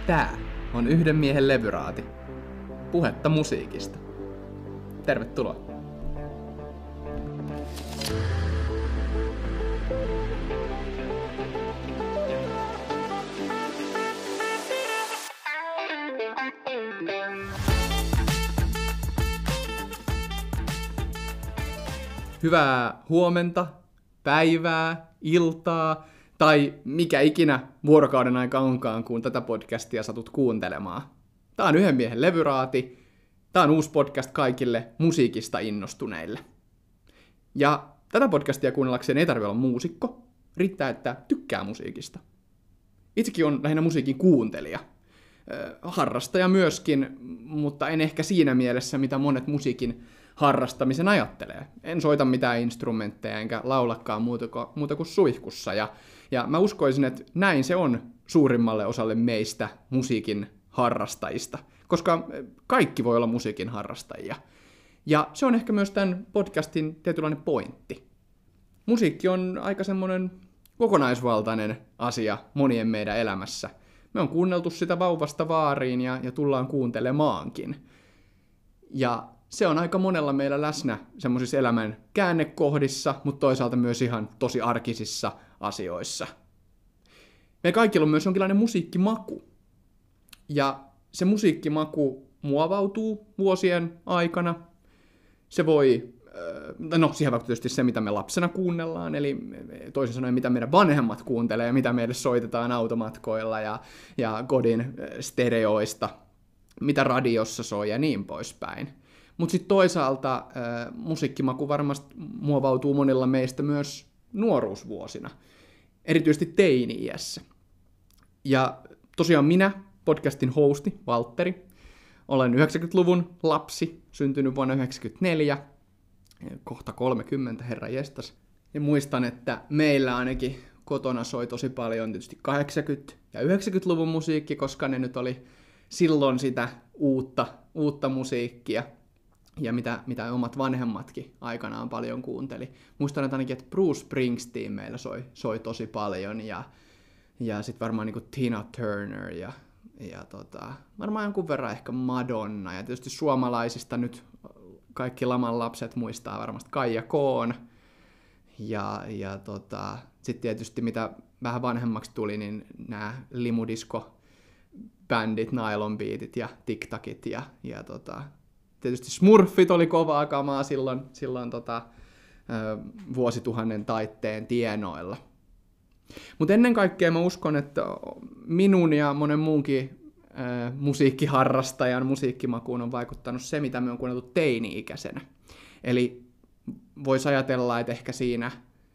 Tää on Yhden miehen levyraati. Puhetta musiikista. Tervetuloa. Hyvää huomenta, päivää, iltaa tai mikä ikinä vuorokauden aika onkaan, kun tätä podcastia satut kuuntelemaan. Tää on Yhden miehen levyraati. Tää on uusi podcast kaikille musiikista innostuneille. Ja tätä podcastia kuunnellakseen ei tarvitse olla muusikko. Riittää, että tykkää musiikista. Itsekin on lähinnä musiikin kuuntelija. Harrastaja myöskin, mutta en ehkä siinä mielessä, mitä monet musiikin harrastamisen ajattelee. En soita mitään instrumentteja, enkä laulakaan muuta kuin suihkussa. Ja mä uskoisin, että näin se on suurimmalle osalle meistä musiikin harrastajista, koska kaikki voi olla musiikin harrastajia. Ja se on ehkä myös tämän podcastin tietynlainen pointti. Musiikki on aika semmoinen kokonaisvaltainen asia monien meidän elämässä. Me on kuunneltu sitä vauvasta vaariin ja tullaan kuuntelemaankin. Ja se on aika monella meillä läsnä semmoisissa elämän käännekohdissa, mutta toisaalta myös ihan tosi arkisissa asioissa. Meillä kaikilla on myös jonkinlainen musiikkimaku. Ja se musiikkimaku muovautuu vuosien aikana. Se voi, siihen vaikka tietysti se, mitä me lapsena kuunnellaan, eli toisin sanoen, mitä meidän vanhemmat kuuntelee, mitä meille soitetaan automatkoilla ja kodin stereoista, mitä radiossa soi ja niin poispäin. Mutta sitten toisaalta musiikkimaku varmasti muovautuu monilla meistä myös nuoruusvuosina, erityisesti teini-iässä. Ja tosiaan minä, podcastin hosti, Valtteri, olen 90-luvun lapsi, syntynyt vuonna 1994, kohta 30, herra jestas. Ja muistan, että meillä ainakin kotona soi tosi paljon tietysti 80- ja 90-luvun musiikki, koska ne nyt oli silloin sitä uutta musiikkia. Ja mitä omat vanhemmatkin aikanaan paljon kuunteli. Muistan että ainakin, että Bruce Springsteen meillä soi tosi paljon, ja sitten varmaan niin kuin Tina Turner, ja varmaan jonkun verran ehkä Madonna, ja tietysti suomalaisista nyt kaikki laman lapset muistaa varmasti Kaija Koon, ja sitten tietysti mitä vähän vanhemmaksi tuli, niin nämä limudisko-bändit, Nylon Beatit ja TikTokit, ja tietysti Smurfit oli kovaa kamaa silloin vuosituhannen taitteen tienoilla. Mutta ennen kaikkea mä uskon, että minun ja monen muunkin musiikkiharrastajan musiikkimakuun on vaikuttanut se, mitä me on kuunneltu teini-ikäisenä. Eli voisi ajatella, että ehkä siinä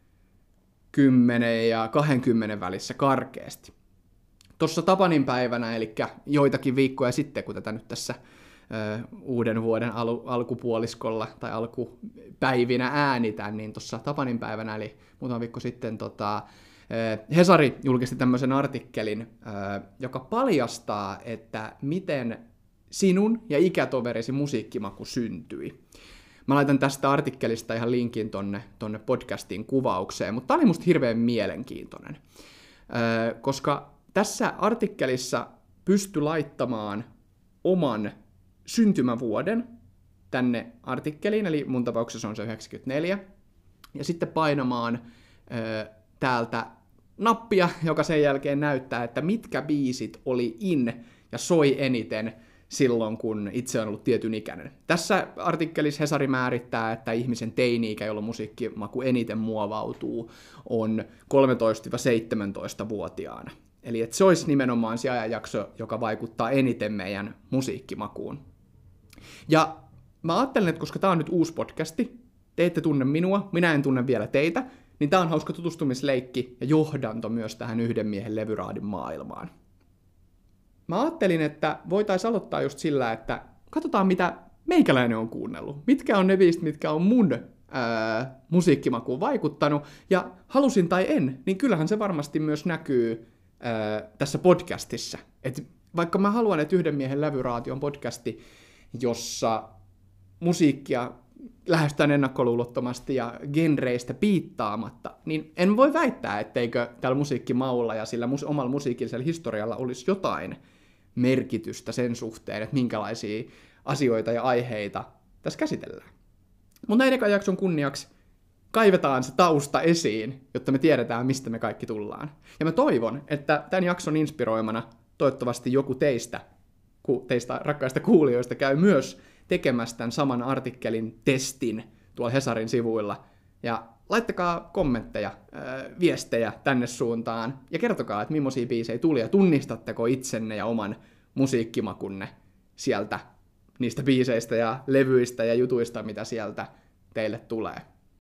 10 ja 20 välissä karkeasti. Tuossa tapaninpäivänä, eli joitakin viikkoja sitten, kun tätä nyt tässä uuden vuoden alkupuoliskolla tai alkupäivinä äänitän, niin tuossa tapaninpäivänä, eli muutama viikko sitten, Hesari julkisti tämmöisen artikkelin, joka paljastaa, että miten sinun ja ikätoverisi musiikkimaku syntyi. Mä laitan tästä artikkelista ihan linkin tonne podcastin kuvaukseen, mutta tää oli musta hirveän mielenkiintoinen, koska tässä artikkelissa pystyi laittamaan oman syntymävuoden tänne artikkeliin, eli mun tapauksessa on se 94, ja sitten painamaan täältä nappia, joka sen jälkeen näyttää, että mitkä biisit oli in ja soi eniten silloin, kun itse on ollut tietyn ikäinen. Tässä artikkelissa Hesari määrittää, että ihmisen teini-ikä, jolloin musiikkimaku eniten muovautuu, on 13-17-vuotiaana. Eli että se olisi nimenomaan se ajanjakso, joka vaikuttaa eniten meidän musiikkimakuun. Ja mä ajattelen, että koska tää on nyt uusi podcasti, te ette tunne minua, minä en tunne vielä teitä, niin tää on hauska tutustumisleikki ja johdanto myös tähän Yhden miehen levyraadin maailmaan. Mä ajattelin, että voitaisiin aloittaa just sillä, että katsotaan mitä meikäläinen on kuunnellut. Mitkä on ne biisit, mitkä on mun musiikkimakuun vaikuttanut, ja halusin tai en, niin kyllähän se varmasti myös näkyy tässä podcastissa. Et vaikka mä haluan, että Yhden miehen levyraati on podcasti, jossa musiikkia lähestytään ennakkoluulottomasti ja genreistä piittaamatta, niin en voi väittää, etteikö tällä musiikkimaulla ja sillä omalla musiikillisella historialla olisi jotain merkitystä sen suhteen, että minkälaisia asioita ja aiheita tässä käsitellään. Mutta näin ekan jakson kunniaksi kaivetaan se tausta esiin, jotta me tiedetään, mistä me kaikki tullaan. Ja mä toivon, että tämän jakson inspiroimana toivottavasti joku teistä rakkaista kuulijoista käy myös tekemässä tämän saman artikkelin testin tuolla Hesarin sivuilla. Ja laittakaa kommentteja, viestejä tänne suuntaan ja kertokaa, että millaisia biisejä tuli ja tunnistatteko itsenne ja oman musiikkimakunne sieltä niistä biiseistä ja levyistä ja jutuista, mitä sieltä teille tulee.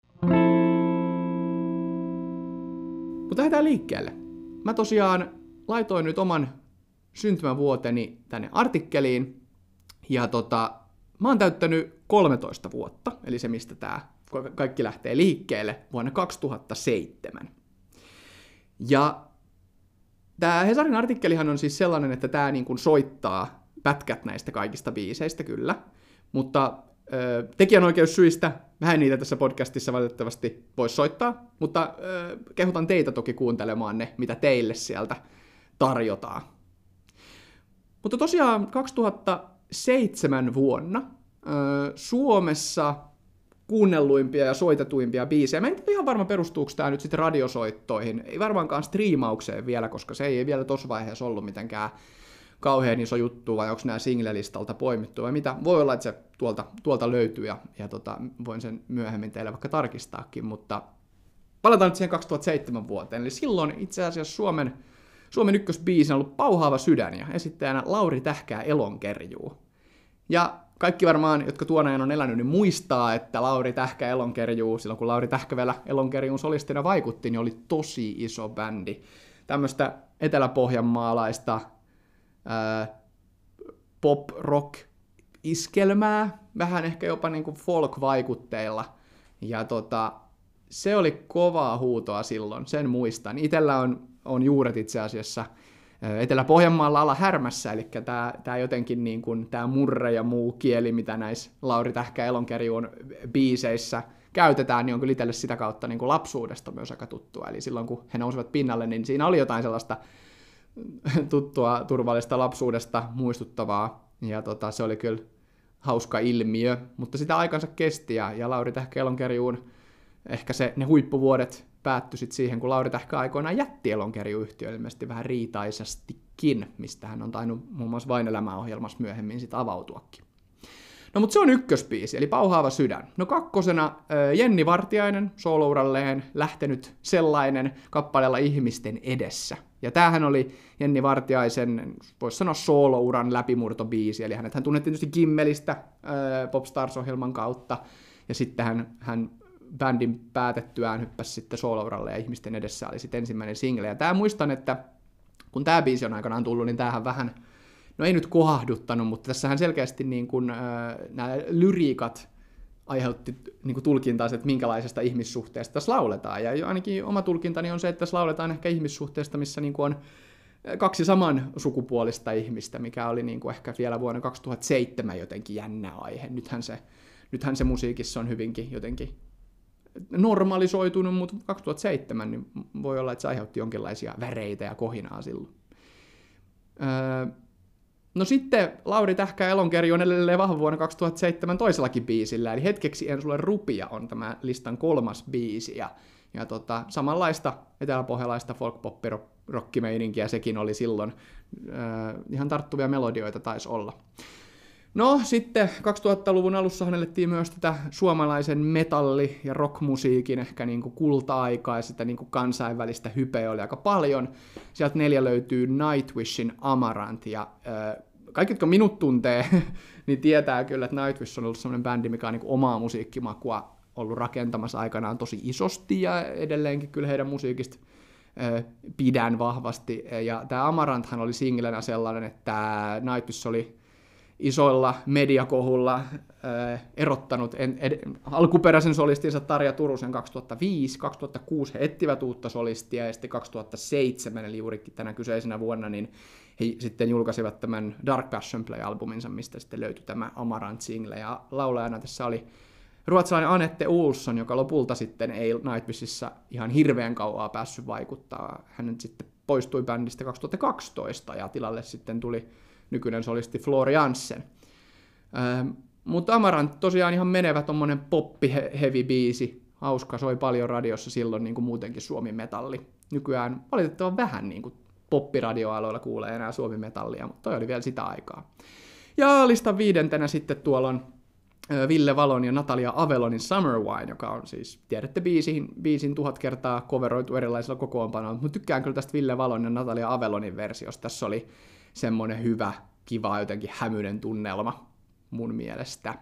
Mutta lähdetään liikkeelle. Mä tosiaan laitoin nyt oman syntymävuoteni tänne artikkeliin, ja mä oon täyttänyt 13 vuotta, eli se mistä tää kaikki lähtee liikkeelle, vuonna 2007. Ja tää Hesarin artikkelihan on siis sellainen, että tää niin kuin soittaa pätkät näistä kaikista biiseistä kyllä, mutta tekijänoikeussyistä mä en niitä tässä podcastissa valitettavasti voi soittaa, mutta kehotan teitä toki kuuntelemaan ne, mitä teille sieltä tarjotaan. Mutta tosiaan 2007 vuonna Suomessa kuunnelluimpia ja soitetuimpia biisejä. Mä en ihan varma, perustuuko tämä nyt sitten radiosoittoihin, ei varmaankaan striimaukseen vielä, koska se ei vielä tuossa vaiheessa ollut mitenkään kauhean iso juttu, vai onko nämä single-listalta poimittu, vai mitä. Voi olla, että se tuolta löytyy, ja voin sen myöhemmin teille vaikka tarkistaakin, mutta palataan nyt siihen 2007 vuoteen. Eli silloin itse asiassa Suomen ykkösbiisin on ollut Pauhaava sydän, ja esittäjänä Lauri Tähkää Elonkerjuu. Ja kaikki varmaan, jotka tuon ajan on elänyt, niin muistaa, että Lauri Tähkä Elonkerjuu, silloin kun Lauri Tähkä vielä Elonkerjuun solistina vaikutti, niin oli tosi iso bändi. Tämmöistä eteläpohjanmaalaista pop-rock-iskelmää, vähän ehkä jopa niin kuin folk-vaikutteilla. Ja se oli kovaa huutoa silloin, sen muistan. Itellä on juuret itse asiassa Etelä-Pohjanmaalla Ala-Härmässä, eli tämä jotenkin niin kuin tämä murre ja muu kieli, mitä näissä Lauri Tähkä Elonkerjuun biiseissä käytetään, niin on kyllä itselle sitä kautta niin kuin lapsuudesta myös aika tuttua. Eli silloin kun he nousivat pinnalle, niin siinä oli jotain sellaista tuttua, turvallista lapsuudesta muistuttavaa, ja se oli kyllä hauska ilmiö, mutta sitä aikansa kesti, ja Lauri Tähkä Elonkerjuun ehkä ne huippuvuodet päättyi sitten siihen, kun Lauri Tähkä aikoinaan jätti Elonkerju-yhtiö ilmeisesti vähän riitaisastikin, mistä hän on tainnut muun muassa Vain elämää-ohjelmassa myöhemmin sitten avautuakin. No mutta se on ykkösbiisi, eli Pauhaava sydän. No kakkosena Jenni Vartiainen, soolouralleen lähtenyt sellainen kappaleella Ihmisten edessä. Ja tämähän oli Jenni Vartiaisen, voisi sanoa soolouran läpimurtobiisi, eli hän tunnettiin tietysti Kimmelistä Popstars-ohjelman kautta, ja sitten hän bändin päätettyään hyppäsi sitten soolouralle, ja Ihmisten edessä oli sitten ensimmäinen single. Ja tämä muistan, että kun tämä biisi on aikanaan tullut, niin tämähän vähän, no ei nyt kohahduttanut, mutta tässähän selkeästi niin kuin, nämä lyriikat aiheutti niin kuin tulkintaa, että minkälaisesta ihmissuhteesta tässä lauletaan. Ja ainakin oma tulkintani on se, että tässä lauletaan ehkä ihmissuhteesta, missä niin kuin on kaksi saman sukupuolista ihmistä, mikä oli niin kuin ehkä vielä vuonna 2007 jotenkin jännä aihe. Nythän se musiikissa on hyvinkin jotenkin normalisoitunut, mutta 2007 niin voi olla, että se aiheutti jonkinlaisia väreitä ja kohinaa silloin. No sitten Lauri Tähkä Elonkerju on edelleen vahva vuonna 2007 toisellakin biisillä, eli Hetkeksi en sulle rupia on tämä listan 3. biisi, ja samanlaista eteläpohjalaista folk-pop-rockimeininkiä sekin oli silloin, ihan tarttuvia melodioita taisi olla. No sitten 2000-luvun alussa elettiin myös tätä suomalaisen metalli- ja rockmusiikin ehkä niin kuin kulta-aikaa, ja sitä niin kuin kansainvälistä hypeä oli aika paljon. Sieltä 4 löytyy Nightwishin Amaranth, ja kaikki, jotka minut tuntee, niin tietää kyllä, että Nightwish on ollut sellainen bändi, mikä on niin kuin omaa musiikkimakua ollut rakentamassa aikanaan tosi isosti, ja edelleenkin kyllä heidän musiikista pidän vahvasti. Ja tämä Amaranthan oli singlenä sellainen, että Nightwish oli isoilla mediakohulla erottanut alkuperäisen solistinsa Tarja Turusen 2005, 2006 he etsivät uutta solistia, ja sitten 2007, eli juurikin tänä kyseisenä vuonna, niin he sitten julkaisivat tämän Dark Passion Play-albuminsa, mistä sitten löytyi tämä Amaranth-single, ja laulajana tässä oli ruotsalainen Anette Olsson, joka lopulta sitten ei Nightwishissa ihan hirveän kauaa päässyt vaikuttaa. Hän sitten poistui bändistä 2012, ja tilalle sitten tuli nykyinen solisti Floor Jansen. Mutta Amarant tosiaan ihan menevä tommonen poppi-heavy biisi. Hauska, soi paljon radiossa silloin niin kuin muutenkin suomi-metalli. Nykyään valitettavan vähän niin kuin poppiradioaloilla kuulee enää suomi-metallia, mutta toi oli vielä sitä aikaa. Ja listan 5. sitten tuolla on Ville Valon ja Natalia Avelonin Summer Wine, joka on siis, tiedätte biisin 1000 kertaa coveroitu erilaisilla kokoonpanoilla, mutta tykkään kyllä tästä Ville Valon ja Natalia Avelonin versiosta. Tässä oli semmoinen hyvä, kiva, jotenkin hämyinen tunnelma mun mielestä.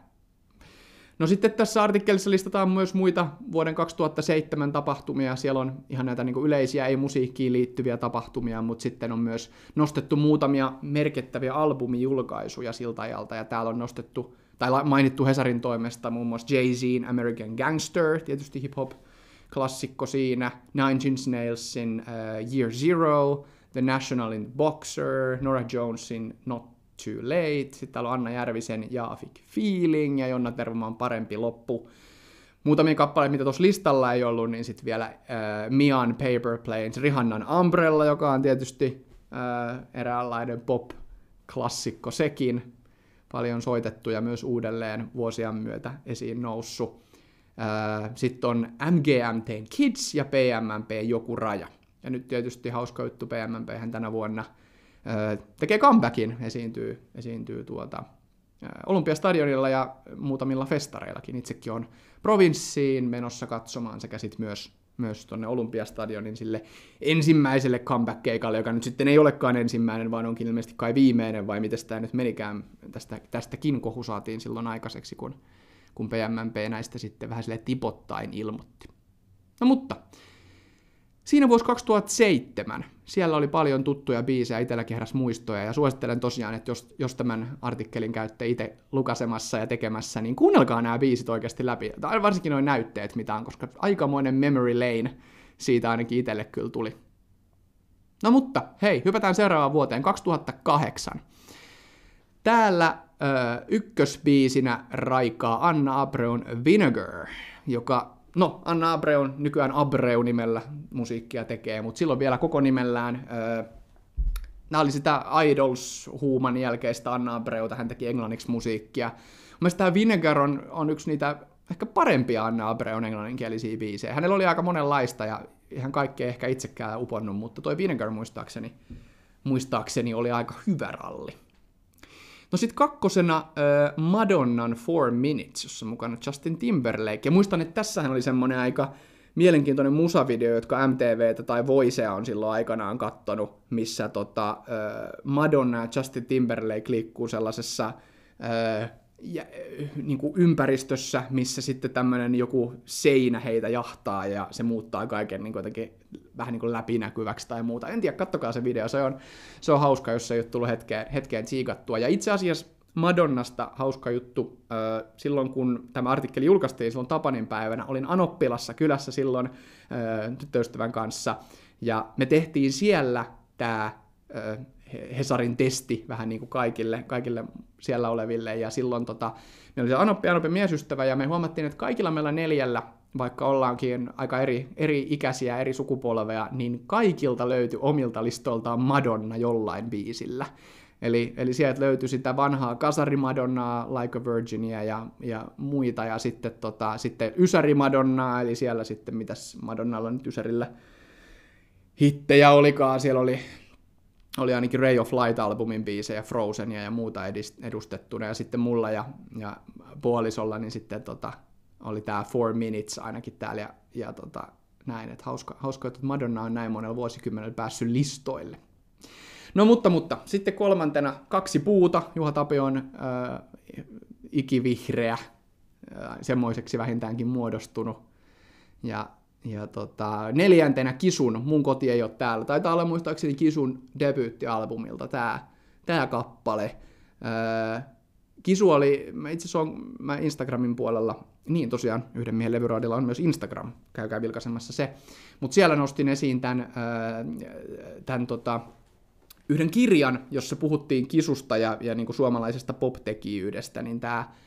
No sitten tässä artikkelissa listataan myös muita vuoden 2007 tapahtumia. Siellä on ihan näitä niin kuin yleisiä, ei musiikkiin liittyviä tapahtumia, mutta sitten on myös nostettu muutamia merkittäviä albumijulkaisuja siltä ajalta. Ja täällä on nostettu, tai mainittu Hesarin toimesta muun muassa Jay-Zin American Gangster, tietysti hip-hop-klassikko siinä, Nine Inch Nailsin Year Zero, The Nationalin Boxer, Norah Jonesin Not Too Late, sitten täällä on Anna Järvisen Jaafik Feeling ja Jonna Tervomaan Parempi loppu. Muutamia kappaleita, mitä tuossa listalla ei ollut, niin sitten vielä Mian Paper Planes, Rihannan Umbrella, joka on tietysti eräänlainen pop-klassikko sekin. Paljon soitettu ja myös uudelleen vuosien myötä esiin noussut. Sitten on MGMT:n Kids ja PMMP Joku Raja. Ja nyt tietysti hauska juttu, PMMPhän tänä vuonna tekee comebackin, esiintyy Olympiastadionilla ja muutamilla festareillakin. Itsekin on Provinssiin menossa katsomaan sekä sitten myös tuonne Olympiastadionin sille ensimmäiselle comeback-keikalle, joka nyt sitten ei olekaan ensimmäinen, vaan onkin ilmeisesti kai viimeinen, vai miten tämä nyt menikään. Tästäkin kohu saatiin silloin aikaiseksi, kun PMMP näistä sitten vähän silleen tipottain ilmoitti. No mutta siinä vuosi 2007, siellä oli paljon tuttuja biisejä, itselläkin heräsi muistoja, ja suosittelen tosiaan, että jos tämän artikkelin käytte itse lukasemassa ja tekemässä, niin kuunnelkaa nämä biisit oikeasti läpi, tai varsinkin nuo näytteet mitään, koska aikamoinen memory lane siitä ainakin itselle kyllä tuli. No mutta, hei, hypätään seuraavaan vuoteen, 2008. Täällä ykkösbiisinä raikaa Anna Abreun Vinegar, joka no, Anna Abreu nykyään Abreu-nimellä musiikkia tekee, mutta silloin vielä koko nimellään. Nämä oli sitä Idols-huuman jälkeistä Anna Abreuta, hän teki englanniksi musiikkia. Mielestäni tämä Vinegar on yksi niitä ehkä parempia Anna Abreun englanninkielisiä biisejä. Hänellä oli aika monenlaista ja ihan kaikkea ehkä itsekään uponnut, mutta toi Vinegar muistaakseni oli aika hyvä ralli. No sit kakkosena Madonnan 4 Minutes, jossa on mukana Justin Timberlake. Ja muistan, että tässähän oli semmoinen aika mielenkiintoinen musavideo, jotka MTVtä tai Voicea on silloin aikanaan kattonut, missä Madonna ja Justin Timberlake liikkuu sellaisessa niin kuin ympäristössä, missä sitten tämmöinen joku seinä heitä jahtaa ja se muuttaa kaiken niin jotenkin vähän niin kuin läpinäkyväksi tai muuta. En tiedä, kattokaa se video, se on hauska, jos se ei ole tullut hetkeen tsiikattua. Ja itse asiassa Madonnasta hauska juttu, silloin kun tämä artikkeli julkaistiin silloin Tapanin päivänä, olin Anoppilassa kylässä silloin tyttöystävän kanssa, ja me tehtiin siellä tämä Hesarin testi vähän niin kuin kaikille siellä oleville, ja silloin meillä oli se Anoppi miesystävä, ja me huomattiin, että kaikilla meillä 4, vaikka ollaankin aika eri ikäisiä, eri sukupolveja, niin kaikilta löytyi omilta listoiltaan Madonna jollain biisillä. Eli sieltä löytyi sitä vanhaa kasarimadonnaa, Like a Virginia ja muita, ja sitten Ysäri-madonnaa, eli siellä sitten, mitäs Madonnalla nyt Ysärillä hittejä olikaan, siellä oli ainakin Ray of Light-albumin biisejä, Frozenia ja muuta edustettuna, ja sitten mulla ja puolisolla, niin sitten oli tää 4 Minutes ainakin täällä, ja näin, että hauska, että Madonna on näin monella vuosikymmenellä päässyt listoille. No mutta, sitten kolmantena 2 puuta, Juha Tapion ikivihreä, semmoiseksi vähintäänkin muodostunut, ja 4. Kisun, Mun koti ei ole täällä. Taitaa olla muistaakseni Kisun debyyttialbumilta tää kappale. Kisu oli, itse asiassa mä Instagramin puolella, niin tosiaan Yhden miehen levyraadilla on myös Instagram, käykää vilkaisemassa se. Mutta siellä nostin esiin tämän yhden kirjan, jossa puhuttiin Kisusta ja niin kuin suomalaisesta pop-tekijyydestä, niin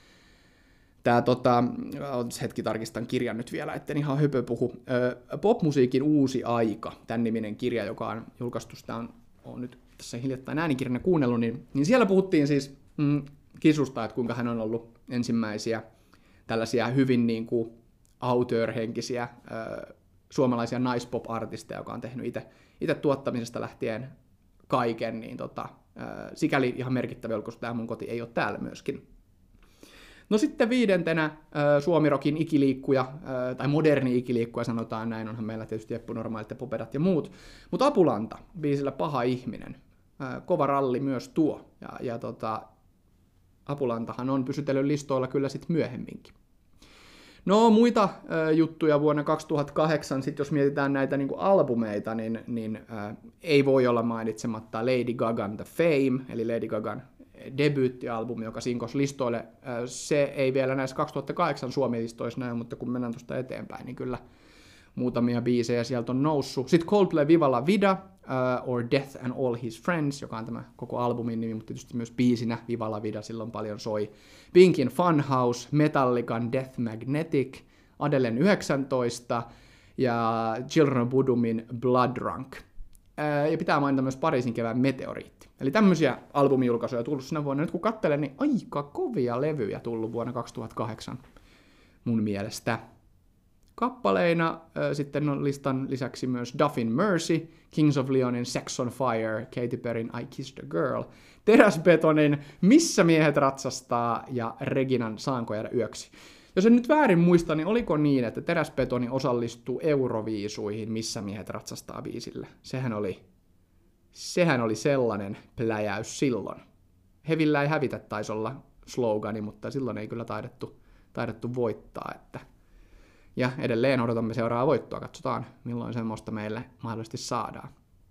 hetki tarkistan kirjan nyt vielä, etten ihan höpö puhu. Popmusiikin uusi aika, tämän niminen kirja, joka on julkaistu, sitä on nyt tässä hiljattain äänikirjana kuunnellut, niin siellä puhuttiin siis Kisusta, että kuinka hän on ollut ensimmäisiä tällaisia hyvin niin kuin auteur-henkisiä suomalaisia naispop-artisteja, joka on tehnyt itse tuottamisesta lähtien kaiken, niin sikäli ihan merkittävä, koska tämä mun koti ei ole täällä myöskin. No sitten 5. Suomirokin ikiliikkuja, tai moderni ikiliikkuja sanotaan näin, onhan meillä tietysti Eppu Normaalit ja Popedat ja muut, mutta Apulanta, biisillä Paha ihminen, kova ralli myös tuo, ja Apulantahan on pysytellyt listoilla kyllä sitten myöhemminkin. No muita juttuja vuonna 2008, sit jos mietitään näitä niinku albumeita, niin ei voi olla mainitsematta Lady Gagan The Fame, eli Lady Gagan debyyttialbumi, joka sinkosi listoille. Se ei vielä näissä 2008 Suomi-listoissa näy, mutta kun mennään tuosta eteenpäin, niin kyllä muutamia biisejä sieltä on noussut. Sitten Coldplay Viva La Vida, or Death and All His Friends, joka on tämä koko albumin nimi, mutta tietysti myös biisinä Viva La Vida silloin paljon soi. Pinkin Funhouse, Metallican Death Magnetic, Adelen 19 ja Children of Bodomin Blood Drunk. Ja pitää mainita myös Pariisin kevään Meteoriitti. Eli tämmöisiä albumijulkaisuja tullut sinä vuonna. Nyt kun katselen, niin aika kovia levyjä tullut vuonna 2008 mun mielestä. Kappaleina sitten on listan lisäksi myös Duffin Mercy, Kings of Leonin Sex on Fire, Katy Perryn I Kissed a Girl, Teräsbetonin Missä miehet ratsastaa ja Reginan Saanko jäädä yöksi. Jos en nyt väärin muista, niin oliko niin, että Teräsbetoni osallistuu Euroviisuihin Missä miehet ratsastaa biisillä? Sehän oli sellainen pläjäys silloin. Hevillä ei hävitä taisi olla slogani, mutta silloin ei kyllä taidettu voittaa. Ja edelleen odotamme seuraavaa voittoa. Katsotaan, milloin semmoista meille mahdollisesti saadaan.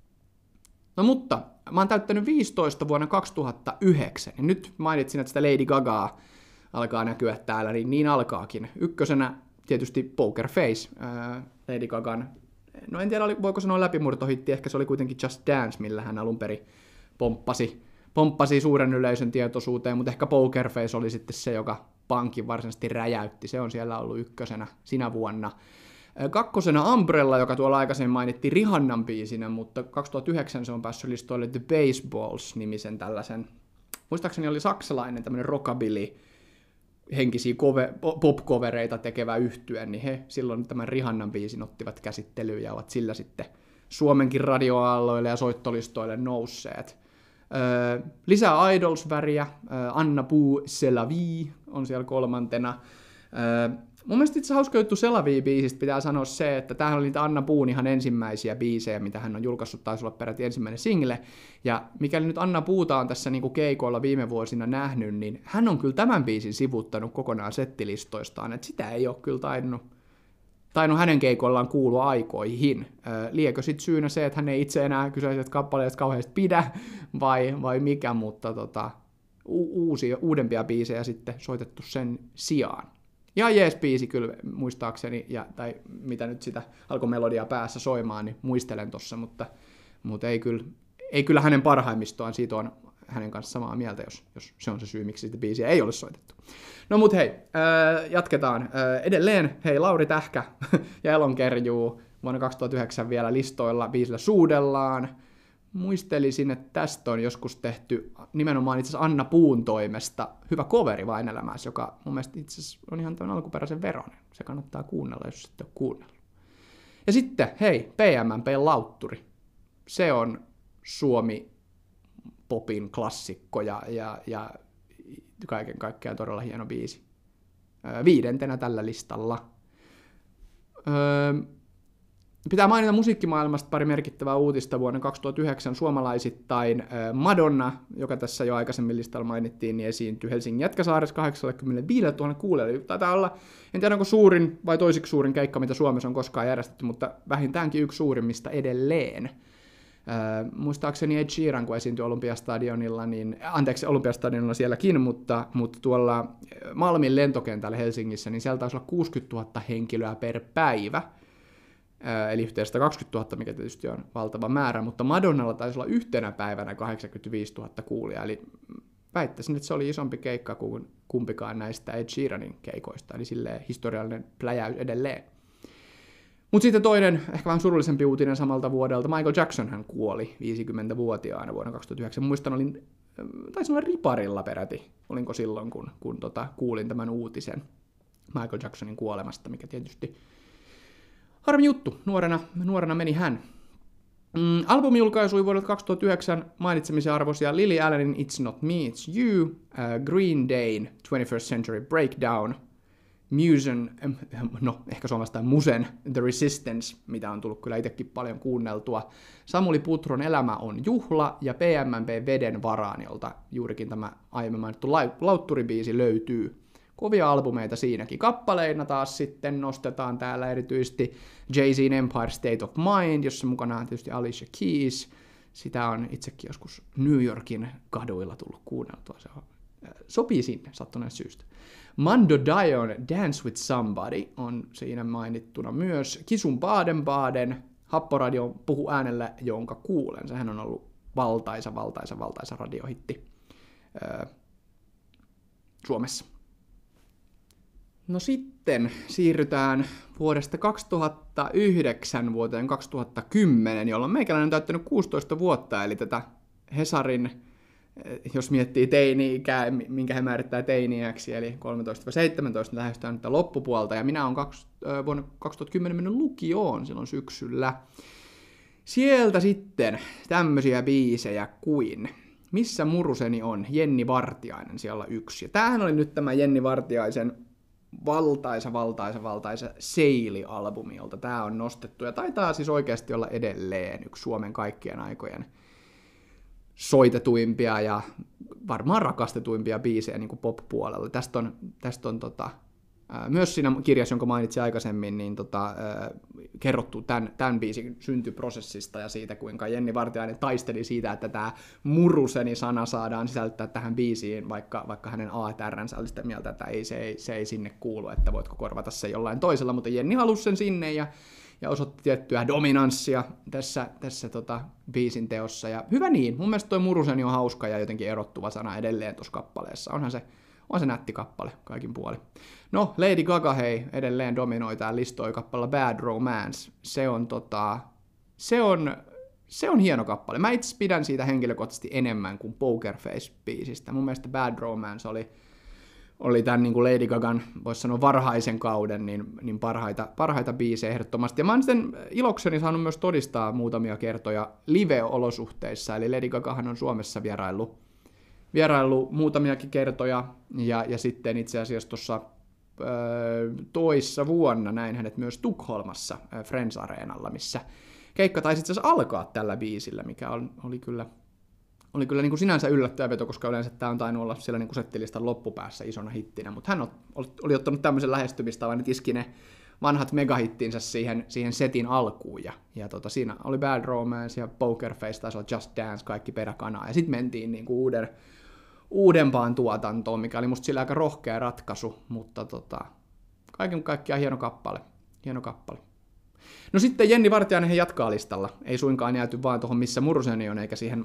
No mutta, mä oon täyttänyt 15 vuonna 2009. Ja nyt mainitsin, että sitä Lady Gagaa alkaa näkyä täällä, niin alkaakin. Ykkösenä tietysti Poker Face, Lady Gagan. No en tiedä, voiko sanoa läpimurtohitti, ehkä se oli kuitenkin Just Dance, millä hän alun perin pomppasi suuren yleisön tietoisuuteen, mutta ehkä Poker Face oli sitten se, joka pankin varsinaisesti räjäytti. Se on siellä ollut ykkösenä sinä vuonna. Kakkosena Umbrella, joka tuolla aikaisemmin mainittiin Rihannan biisinä, mutta 2009 se on päässyt listoille The Baseballs-nimisen tällaisen, muistaakseni oli saksalainen tämmöinen rockabilly, henkisiä pop-covereita tekevä yhtye, niin he silloin tämän Rihannan biisin ottivat käsittelyyn ja ovat sillä sitten Suomenkin radioaalloille ja soittolistoille nousseet. Lisää Idols-väriä, Anna Puu, C'est la vie on siellä kolmantena. Mun mielestä itse hauska juttu C'est la vie-biisistä pitää sanoa se, että tämähän oli niitä Anna Puun ihan ensimmäisiä biisejä, mitä hän on julkaissut, taisi olla peräti ensimmäinen single. Ja mikäli nyt Anna Puuta on tässä niinku keikoilla viime vuosina nähnyt, niin hän on kyllä tämän biisin sivuttanut kokonaan settilistoistaan, että sitä ei ole kyllä tainnut hänen keikoillaan kuulua aikoihin. Liekö sitten syynä se, että hän ei itse enää kyseiset kappaleet kauheasti pidä, vai mikä, mutta uudempia biisejä sitten soitettu sen sijaan. Ja jees biisi kyllä muistaakseni, tai mitä nyt sitä alkoi melodiaa päässä soimaan, niin muistelen tossa, mutta ei kyllä hänen parhaimmistoaan, siitä on hänen kanssa samaa mieltä, jos se on se syy, miksi sitä biisiä ei ole soitettu. No mut hei, jatketaan. Edelleen, hei, Lauri Tähkä ja Elonkerjuu vuonna 2009 vielä listoilla biisillä Suudellaan. Muistelisin, että tästä on joskus tehty nimenomaan itse asiassa Anna Puun toimesta hyvä coveri Vain elämässä, joka mun mielestä itse asiassa on ihan tämän alkuperäisen veronen. Se kannattaa kuunnella, jos sitten on kuunnellut. Ja sitten, hei, PMMP:n Lautturi. Se on Suomi popin klassikko ja kaiken kaikkiaan todella hieno biisi. 5. tällä listalla. Pitää mainita musiikkimaailmasta pari merkittävää uutista vuonna 2009 suomalaisittain. Madonna, joka tässä jo aikaisemmin listalla mainittiin, niin esiintyi Helsingin Jätkäsaaressa 85 000 kuulijoille. Taitaa olla, en tiedä onko suurin vai toisiksi suurin keikka, mitä Suomessa on koskaan järjestetty, mutta vähintäänkin yksi suurimmista edelleen. Muistaakseni Ed Sheeran, kun esiintyi Olympiastadionilla, Olympiastadionilla sielläkin, mutta tuolla Malmin lentokentällä Helsingissä, niin siellä taisi olla 60 000 henkilöä per päivä. Eli yhteensä 20 000, mikä tietysti on valtava määrä, mutta Madonnalla taisi olla yhtenä päivänä 85 000 kuulijaa, eli väittäisin, että se oli isompi keikka kuin kumpikaan näistä Ed Sheeranin keikoista, eli silleen historiallinen pläjäys edelleen. Mutta sitten toinen, ehkä vähän surullisempi uutinen samalta vuodelta. Michael Jackson hän kuoli 50-vuotiaana vuonna 2009. Muistan, taisin olla riparilla peräti, olinko silloin, kun kuulin tämän uutisen Michael Jacksonin kuolemasta, mikä tietysti harmi juttu. Nuorena meni hän. Albumi julkaisui vuodelta 2009 mainitsemisen arvoisia Lily Allenin It's Not Me, It's You, Green Dayn 21st Century Breakdown, Musen The Resistance, mitä on tullut kyllä itsekin paljon kuunneltua, Samuli Putron Elämä on juhla ja PMMP Veden varaan, jolta juurikin tämä aiemmin mainittu lautturibiisi löytyy. Kovia albumeita siinäkin. Kappaleina taas sitten nostetaan täällä erityisesti Jay-Z:n Empire State of Mind, jossa mukana on tietysti Alicia Keys. Sitä on itsekin joskus New Yorkin kaduilla tullut kuunneltua. Se sopii sinne sattuneesta syystä. Mando Dion Dance with Somebody on siinä mainittuna myös. Kisun Baden-Baden, Happoradio Puhu äänellä, jonka kuulen. Sehän on ollut valtaisa radiohitti Suomessa. No sitten siirrytään vuodesta 2009 vuoteen 2010, jolloin meikäläinen on täyttänyt 16 vuotta, eli tätä Hesarin, jos miettii teini-ikää, minkä he määrittää teiniäksi, eli 13-17 lähestytään nyt loppupuolta, ja minä olen vuonna 2010 mennyt lukioon silloin syksyllä. Sieltä sitten tämmöisiä biisejä kuin Missä muruseni on, Jenni Vartiainen siellä 1. Ja tämähän oli nyt tämä Jenni Vartiaisen valtaisa Seili-albumi, jolta tämä on nostettu, ja taitaa siis oikeasti olla edelleen yksi Suomen kaikkien aikojen soitetuimpia ja varmaan rakastetuimpia biisejä niin kuin pop-puolella. Tästä on myös siinä kirjassa, jonka mainitsin aikaisemmin, niin kerrottu tämän biisin syntyprosessista ja siitä, kuinka Jenni Vartiainen taisteli siitä, että tämä muruseni-sana saadaan sisällyttää tähän biisiin, vaikka hänen ATR:nsä oli sitä mieltä, että se ei sinne kuulu, että voitko korvata se jollain toisella, mutta Jenni halusi sen sinne ja osoitti tiettyä dominanssia tässä biisin teossa. Ja hyvä niin, mun mielestä toi muruseni on hauska ja jotenkin erottuva sana edelleen tuossa kappaleessa. On se nätti kappale kaikin puolin. No, Lady Gaga hei, edelleen dominoi tää listoi kappalla Bad Romance. Se on hieno kappale. Mä itse pidän siitä henkilökohtaisesti enemmän kuin Poker Face-biisistä. Mun mielestä Bad Romance oli tämän niin kuin Lady Gagan, voisi sanoa varhaisen kauden, niin parhaita biisejä ehdottomasti. Ja mä oon sitten ilokseni saanut myös todistaa muutamia kertoja live-olosuhteissa, eli Lady Gagahan on Suomessa vieraillut muutamiakin kertoja, ja sitten itse asiassa tuossa toissa vuonna näin hänet myös Tukholmassa Friends Areenalla, missä keikka taisi itse asiassa alkaa tällä biisillä, mikä oli kyllä niin kuin sinänsä yllättävä veto, koska yleensä tämä on tainnut olla siellä niin kuin settilistan loppupäässä isona hittinä, mutta hän oli ottanut tämmöisen lähestymistavan, että iski ne vanhat megahittinsä siihen setin alkuun, ja siinä oli Bad Romance ja Poker Face, taisi olla Just Dance, kaikki peräkanaa, ja sitten mentiin niin kuin uudempaan tuotantoon, mikä oli musta sillä aika rohkea ratkaisu, mutta kaiken kaikkiaan hieno kappale. No sitten Jenni Vartiainen jatkaa listalla. Ei suinkaan jääty vaan tuohon Missä muruseni on, eikä siihen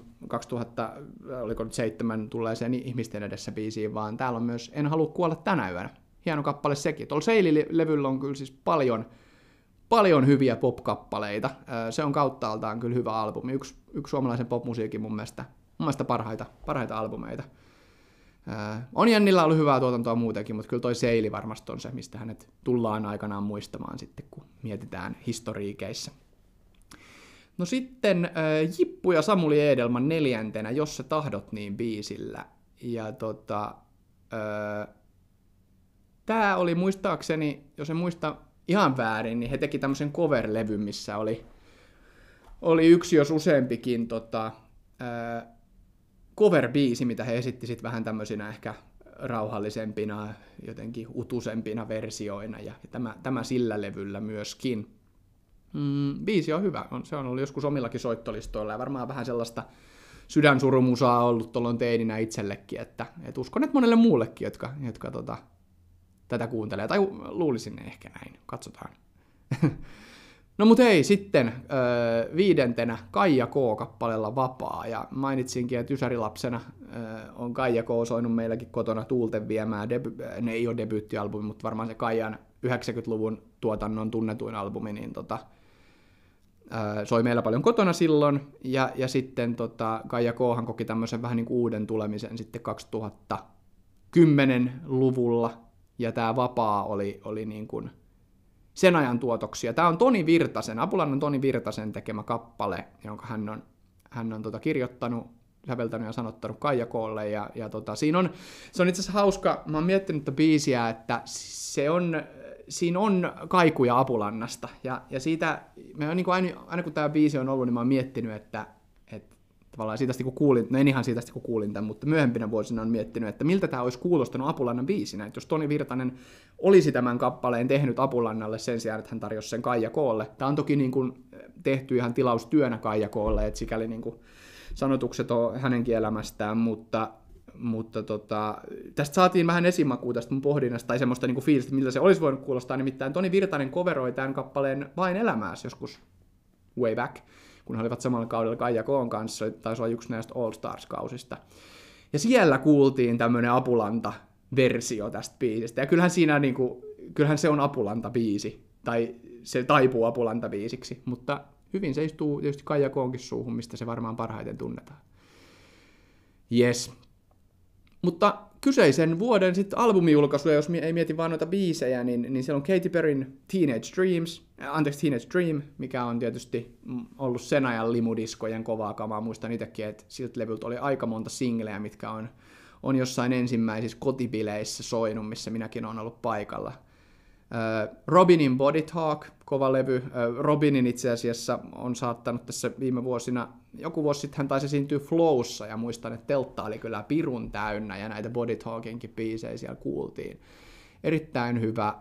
2007 tulleeseen Ihmisten edessä biisiin, vaan täällä on myös En halua kuolla tänä yönä. Hieno kappale sekin. Tuolla Seili-levyllä on kyllä siis paljon hyviä pop-kappaleita. Se on kauttaaltaan kyllä hyvä albumi. Yksi suomalaisen popmusiikin mun mielestä parhaita albumeita. On Jennillä ollut hyvää tuotantoa muutenkin, mutta kyllä toi Seili varmasti on se, mistä hänet tullaan aikanaan muistamaan sitten, kun mietitään historiikeissä. No sitten Jippu ja Samuli Edelman 4. Jos sä tahdot niin biisillä. Ja tää oli muistaakseni, jos en muista ihan väärin, niin he teki tämmöisen cover-levyn, missä oli yksi jos useampikin cover-biisi, mitä he esitti sitten vähän tämmöisinä ehkä rauhallisempina, jotenkin utusempina versioina, ja tämä sillä levyllä myöskin. Biisi on hyvä, se on ollut joskus omillakin soittolistoilla, ja varmaan vähän sellaista sydänsurumusaa ollut tuolloin teininä itsellekin, että uskon, että monelle muullekin, jotka tätä kuuntelee, tai luulisin ehkä näin, katsotaan. No mut hei, sitten viidentenä Kaija K-kappaleella Vapaa, ja mainitsinkin, että ysärilapsena on Kaija K soinut meilläkin kotona tuulten viemään, ne ei ole debyyttialbumi, mutta varmaan se Kaijan 90-luvun tuotannon tunnetuin albumi, niin soi meillä paljon kotona silloin, ja sitten Kaija K:han koki tämmöisen vähän niin kuin uuden tulemisen sitten 2010-luvulla, ja tämä Vapaa oli niin kuin sen ajan tuotoksia. Tämä on Toni Virtasen, Apulannan Toni Virtasen tekemä kappale, jonka hän on kirjoittanut, säveltänyt ja sanottanut Kaija K:lle, ja se on itse asiassa hauska, mä oon miettinyt tätä biisiä, että siinä on kaikuja Apulannasta, ja siitä, niin aina kun tämä biisi on ollut, niin mä oon miettinyt, että tavallaan siitä kun kuulin, no en ihan siitä kun kuulin tämän, mutta myöhempinä vuosina on miettinyt, että miltä tämä olisi kuulostanut Apulannan biisinä, että jos Toni Virtanen olisi tämän kappaleen tehnyt Apulannalle sen sijaan, että hän tarjosi sen Kaija K:lle. Tämä on toki niin kuin tehty ihan tilaustyönä Kaija K:lle, että sikäli niin kuin sanotukset on hänenkin elämästään, mutta tästä saatiin vähän esimakua tästä mun pohdinnasta tai semmoista niin kuin fiilistä, miltä se olisi voinut kuulostaa, nimittäin Toni Virtanen coveroi tämän kappaleen Vain elämääsi joskus way back, kun he olivat samalla kaudella Kaija K:n kanssa, taisi olla yksi näistä All Stars-kausista. Ja siellä kuultiin tämmöinen Apulanta-versio tästä biisistä, ja kyllähän se on Apulanta-biisi, tai se taipuu Apulanta-biisiksi, mutta hyvin se istuu tietysti Kaija K:nkin suuhun, mistä se varmaan parhaiten tunnetaan. Yes. Mutta kyseisen vuoden sitten albumijulkaisuja, jos ei mieti vaan noita biisejä, niin siellä on Katy Perryn Teenage Dream, mikä on tietysti ollut sen ajan limudiskojen kovaa kamaa. Muistan itsekin, että siltä levyltä oli aika monta singleä, mitkä on jossain ensimmäisissä kotibileissä soinut, missä minäkin olen ollut paikalla. Robinin Body Talk, kova levy. Robinin itse asiassa on saattanut tässä viime vuosina, joku vuosi sitten hän taisi esiintyä Flowssa, ja muistan, että teltta oli kyllä pirun täynnä, ja näitä Body Talkinkin biisejä siellä kuultiin. Erittäin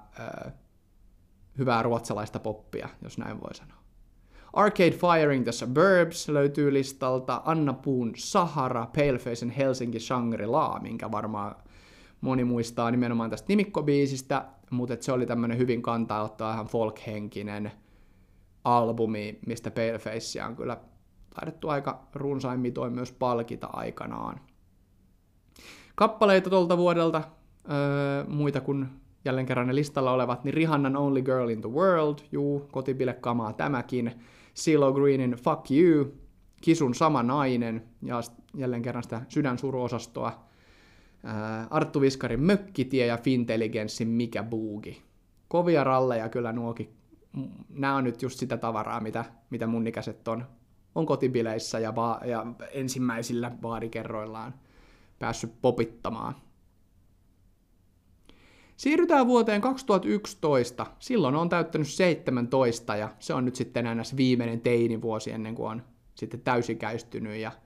hyvää ruotsalaista poppia, jos näin voi sanoa. Arcade Firing The Suburbs löytyy listalta, Anna Puun Sahara, Palefacein Helsinki Shangri-La, minkä varmaan moni muistaa nimenomaan tästä nimikkobiisistä, mutta se oli tämmöinen hyvin kantaa ihan folk-henkinen albumi, mistä Palefacea on kyllä taidettu aika runsain mitoin myös palkita aikanaan. Kappaleita tuolta vuodelta, muita kuin jälleen kerran ne listalla olevat, niin Rihannan Only Girl in the World, kotibilekamaa tämäkin, CeeLo Greenin Fuck You, Kisun Sama Nainen, ja jälleen kerran sitä sydänsuruosastoa, Arttu Viskarin Mökkitie ja Fintelligenssin Mikä Boogie. Kovia ralleja kyllä nuokin. Nämä on nyt just sitä tavaraa, mitä mun ikäiset on kotibileissä ja ensimmäisillä baarikerroillaan päässyt popittamaan. Siirrytään vuoteen 2011. Silloin on täyttänyt 17 ja se on nyt sitten ns. Viimeinen teinivuosi ennen kuin on sitten täysikäistynyt ja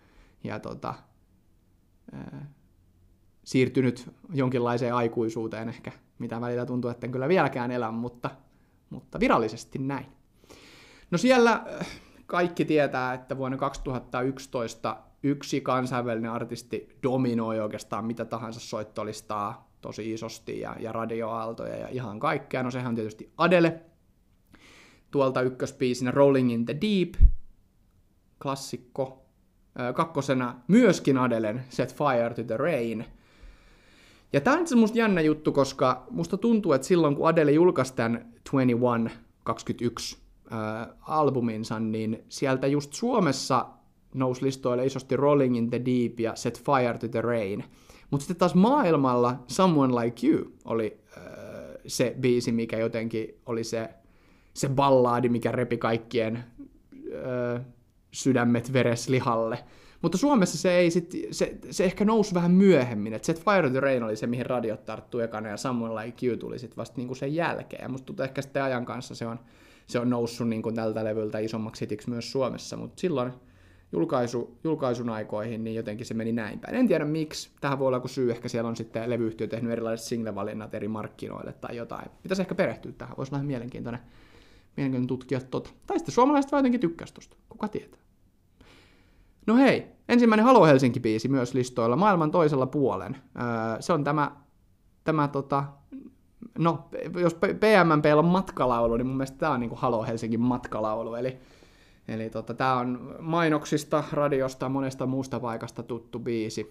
siirtynyt jonkinlaiseen aikuisuuteen ehkä, mitä välillä tuntuu, että en kyllä vieläkään elä, mutta virallisesti näin. No siellä kaikki tietää, että vuonna 2011 yksi kansainvälinen artisti dominoi oikeastaan mitä tahansa soittolistaa tosi isosti ja radioaaltoja ja ihan kaikkea. No sehän on tietysti Adele, tuolta ykkösbiisinä Rolling in the Deep, klassikko. Kakkosena myöskin Adelen Set Fire to the Rain. Ja tämä on itse musta jännä juttu, koska musta tuntuu, että silloin kun Adele julkaisi tämän 21 albuminsa, niin sieltä just Suomessa nousi listoille isosti Rolling in the Deep ja Set Fire to the Rain. Mutta sitten taas maailmalla Someone Like You oli se biisi, mikä jotenkin oli se ballaadi, mikä repi kaikkien sydämet vereslihalle. Mutta Suomessa se ehkä nousi vähän myöhemmin, että Set Fire to the Rain oli se, mihin radiot tarttui ekana, ja Someone Like You tuli sitten vasta niinku sen jälkeen. Ja musta tuntuu ehkä sitten ajan kanssa se on noussut niinku tältä levyltä isommaksi hitiksi myös Suomessa, mutta silloin julkaisun aikoihin niin jotenkin se meni näin päin. En tiedä miksi, tähän voi olla joku syy, ehkä siellä on sitten levyyhtiö tehnyt erilaiset single-valinnat eri markkinoille tai jotain. Pitäisi ehkä perehtyä tähän, voisi olla mielenkiintoinen tutkia tota. Tai sitten suomalaiset vaan jotenkin tykkäisi tosta, kuka tietää. No hei, ensimmäinen Halo Helsinki-biisi myös listoilla, maailman toisella puolen. Se on tämä no, jos PMMP:llä on matkalaulu, niin mun mielestä tää on niinku Halo Helsingin matkalaulu, eli tää on mainoksista, radiosta ja monesta muusta paikasta tuttu biisi.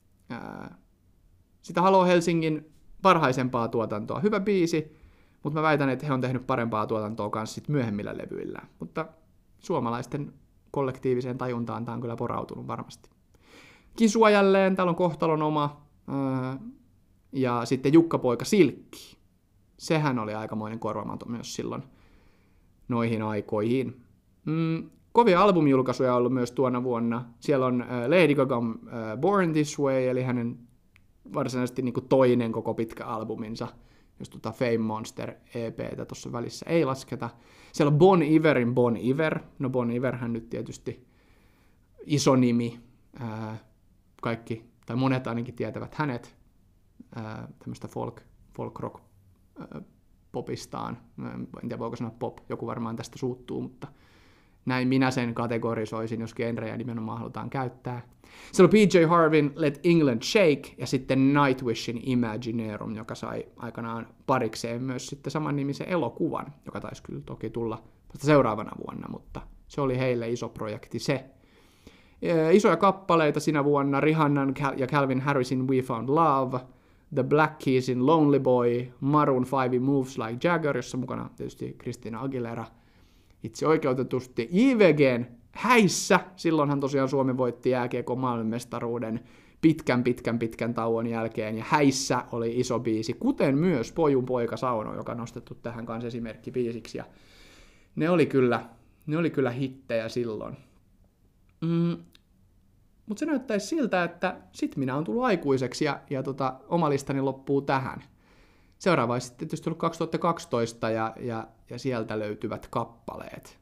Sitä Halo Helsingin parhaisempaa tuotantoa. Hyvä biisi, mutta mä väitän, että he on tehnyt parempaa tuotantoa kanssa sit myöhemmillä levyillä. Mutta suomalaisten kollektiiviseen tajuntaan tää on kyllä porautunut varmasti. Kisua jälleen, täällä on Kohtalon oma, ja sitten Jukka-poika Silkki. Sehän oli aikamoinen korvamato myös silloin noihin aikoihin. Kovia albumijulkaisuja on ollut myös tuona vuonna. Siellä on Lady Gagan Born This Way, eli hänen varsinaisesti niin kuin toinen koko pitkä albuminsa, jos Fame Monster EP:tä tuossa välissä ei lasketa. Siellä on Bon Iverin Bon Iver. No Bon Iverhän nyt tietysti iso nimi. Kaikki, tai monet ainakin tietävät hänet tämmöistä folk rock popistaan. En tiedä voiko sanoa pop, joku varmaan tästä suuttuu, mutta näin minä sen kategorisoisin, jos genrejä nimenomaan halutaan käyttää. Siellä on PJ Harvin Let England Shake ja sitten Nightwishin Imagineerum, joka sai aikanaan parikseen myös sitten samannimisen elokuvan, joka taisi kyllä toki tulla vasta seuraavana vuonna, mutta se oli heille iso projekti se. Isoja kappaleita sinä vuonna Rihannan ja Calvin Harrisin We Found Love, The Black Keysin Lonely Boy, Maroon 5 Moves Like Jagger, jossa mukana tietysti Christina Aguilera itse oikeutetusti, IVGn Häissä, silloinhan tosiaan Suomi voitti jääkiekko-maailmanmestaruuden pitkän tauon jälkeen, ja Häissä oli iso biisi, kuten myös Pojun poika Sauno, joka on nostettu tähän kanssa esimerkkibiisiksi, ja ne oli kyllä hittejä silloin. Mutta se näyttäisi siltä, että sit minä olen tullut aikuiseksi ja oma listani loppuu tähän. Seuraava olisi sitten tietysti ollut 2012 ja sieltä löytyvät kappaleet.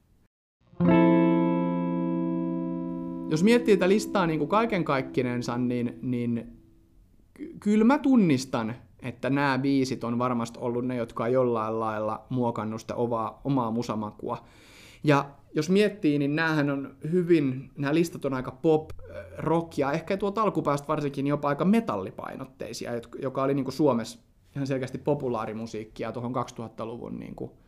Jos miettii tätä listaa niin kuin kaiken kaikkinensa, niin kyllä mä tunnistan, että nämä biisit on varmasti ollut ne, jotka on jollain lailla muokannut sitä omaa musamakua. Ja jos miettii, niin nämä listat on aika pop, rock ja ehkä tuolta alkupäästä varsinkin jopa aika metallipainotteisia, joka oli niin kuin Suomessa ihan selkeästi populaarimusiikkia tuohon 2000-luvun,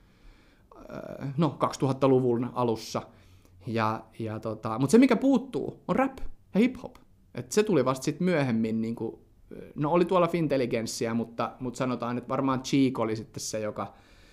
2000-luvun alussa. Mutta se, mikä puuttuu, on rap ja hip-hop. Et se tuli vasta sitten myöhemmin, oli tuolla Fintelligenssia, mutta sanotaan, että varmaan Cheek oli sitten se, joka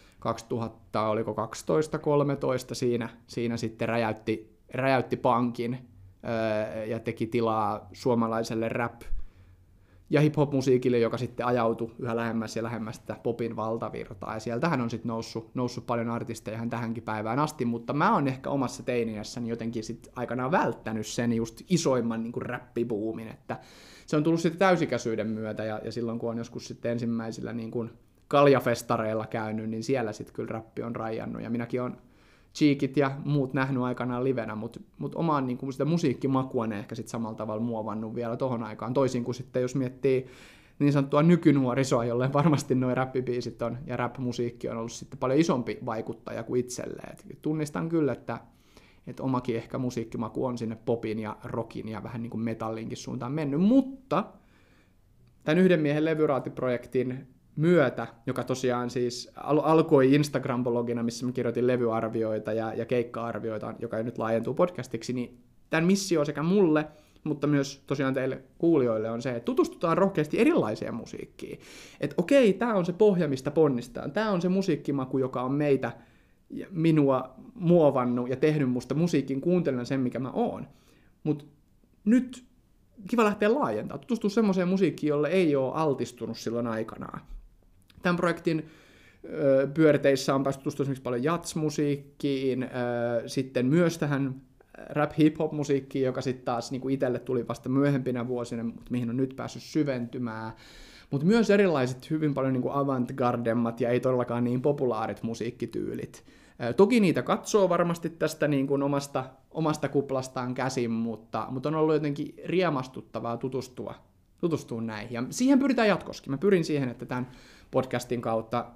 2012-13 siinä sitten räjäytti pankin ja teki tilaa suomalaiselle rap- ja hip-hop-musiikille, joka sitten ajautui yhä lähemmäs ja lähemmäs sitä popin valtavirtaa. Ja sieltähän on sitten noussut paljon artisteja ihan tähänkin päivään asti, mutta mä oon ehkä omassa teiniässäni jotenkin sitten aikanaan välttänyt sen just isoimman niin kuin räppibuumin, että se on tullut sitten täysikäisyyden myötä, ja silloin kun on joskus sitten ensimmäisillä niin kuin kaljafestareilla käynyt, niin siellä sitten kyllä räppi on rajannut, ja minäkin olen Cheekit ja muut nähnyt aikanaan livenä, mutta omaan niin kuin sitä musiikkimakua ne ehkä sitten samalla tavalla muovannut vielä tohon aikaan, toisin kuin sitten jos miettii niin sanottua nykynuorisoa, jolle varmasti nuo räppibiisit on, ja rap-musiikki on ollut sitten paljon isompi vaikuttaja kuin itselleen. Et tunnistan kyllä, että omakin ehkä musiikkimaku on sinne popin ja rockin ja vähän niin kuin metallinkin suuntaan mennyt, mutta tämän yhden miehen levyraatiprojektin myötä, joka tosiaan siis alkoi Instagram-blogina, missä mä kirjoitin levyarvioita ja keikka-arvioita, joka nyt laajentuu podcastiksi, niin tämän missio sekä mulle, mutta myös tosiaan teille kuulijoille on se, että tutustutaan rohkeasti erilaiseen musiikkiin. Että okei, tämä on se pohja, mistä ponnistetaan. Tämä on se musiikkimaku, joka on minua muovannut ja tehnyt musta musiikin kuuntelijana sen, mikä mä oon. Mutta nyt kiva lähteä laajentamaan, tutustua semmoiseen musiikkiin, jolle ei ole altistunut silloin aikanaan. Tämän projektin pyöriteissä on päästy tutustua esimerkiksi paljon jazz-musiikkiin, sitten myös tähän rap-hip-hop-musiikkiin, joka sitten taas niin kuin itselle tuli vasta myöhempinä vuosina, mutta mihin on nyt päässyt syventymään. Mutta myös erilaiset hyvin paljon niin kuin avantgardemmat ja ei todellakaan niin populaarit musiikkityylit. Toki niitä katsoo varmasti tästä niin kuin omasta kuplastaan käsin, mutta on ollut jotenkin riemastuttavaa tutustua näihin. Ja siihen pyritään jatkoskin. Mä pyrin siihen, että tämän podcastin kautta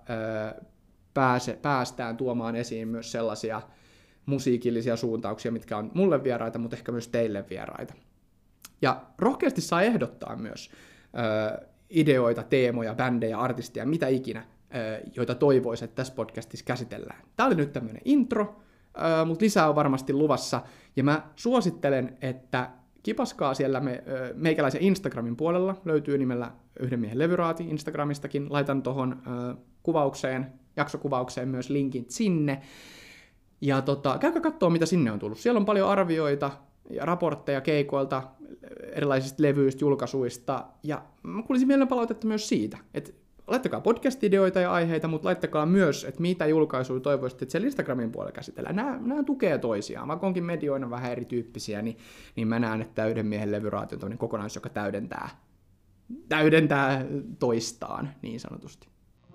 päästään tuomaan esiin myös sellaisia musiikillisia suuntauksia, mitkä on mulle vieraita, mutta ehkä myös teille vieraita. Ja rohkeasti saa ehdottaa myös ideoita, teemoja, bändejä, artisteja, mitä ikinä. joita toivoisin, että tässä podcastissa käsitellään. Tämä oli nyt tämmöinen intro, mutta lisää on varmasti luvassa, ja mä suosittelen, että kipaskaa siellä meikäläisen Instagramin puolella, löytyy nimellä Yhden miehen levyraati Instagramistakin, laitan tuohon jaksokuvaukseen myös linkit sinne, ja käykää katsoa, mitä sinne on tullut. Siellä on paljon arvioita ja raportteja keikoilta, erilaisista levyistä, julkaisuista, ja mä kuulisin mielenpalautetta myös siitä, että laittakaa podcast-ideoita ja aiheita, mutta laittakaa myös, että mitä julkaisuja toivoisitte, että siellä Instagramin puolella käsitellään. Nämä tukee toisiaan. Vaikka onkin medioina vähän erityyppisiä, niin mä näen, että Yhden miehen levyraati on tämmöinen kokonaisuus, joka täydentää toistaan, niin sanotusti.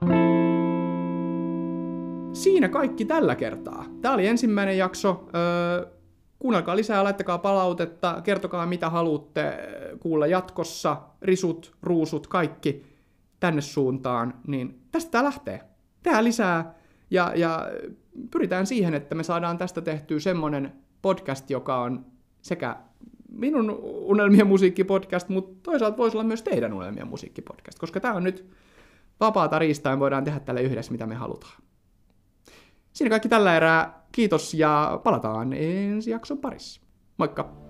Siinä kaikki tällä kertaa. Tämä oli ensimmäinen jakso. Kuunnelkaa lisää, laittakaa palautetta, kertokaa mitä haluatte kuulla jatkossa, risut, ruusut, kaikki tänne suuntaan, niin tästä tää lähtee. Tehdään lisää ja pyritään siihen, että me saadaan tästä tehtyä semmonen podcast, joka on sekä minun unelmien musiikkipodcast, mutta toisaalta voisi olla myös teidän unelmien musiikkipodcast, koska tää on nyt vapaata riistaa ja voidaan tehdä tälle yhdessä, mitä me halutaan. Siinä kaikki tällä erää. Kiitos ja palataan ensi jakson parissa. Moikka!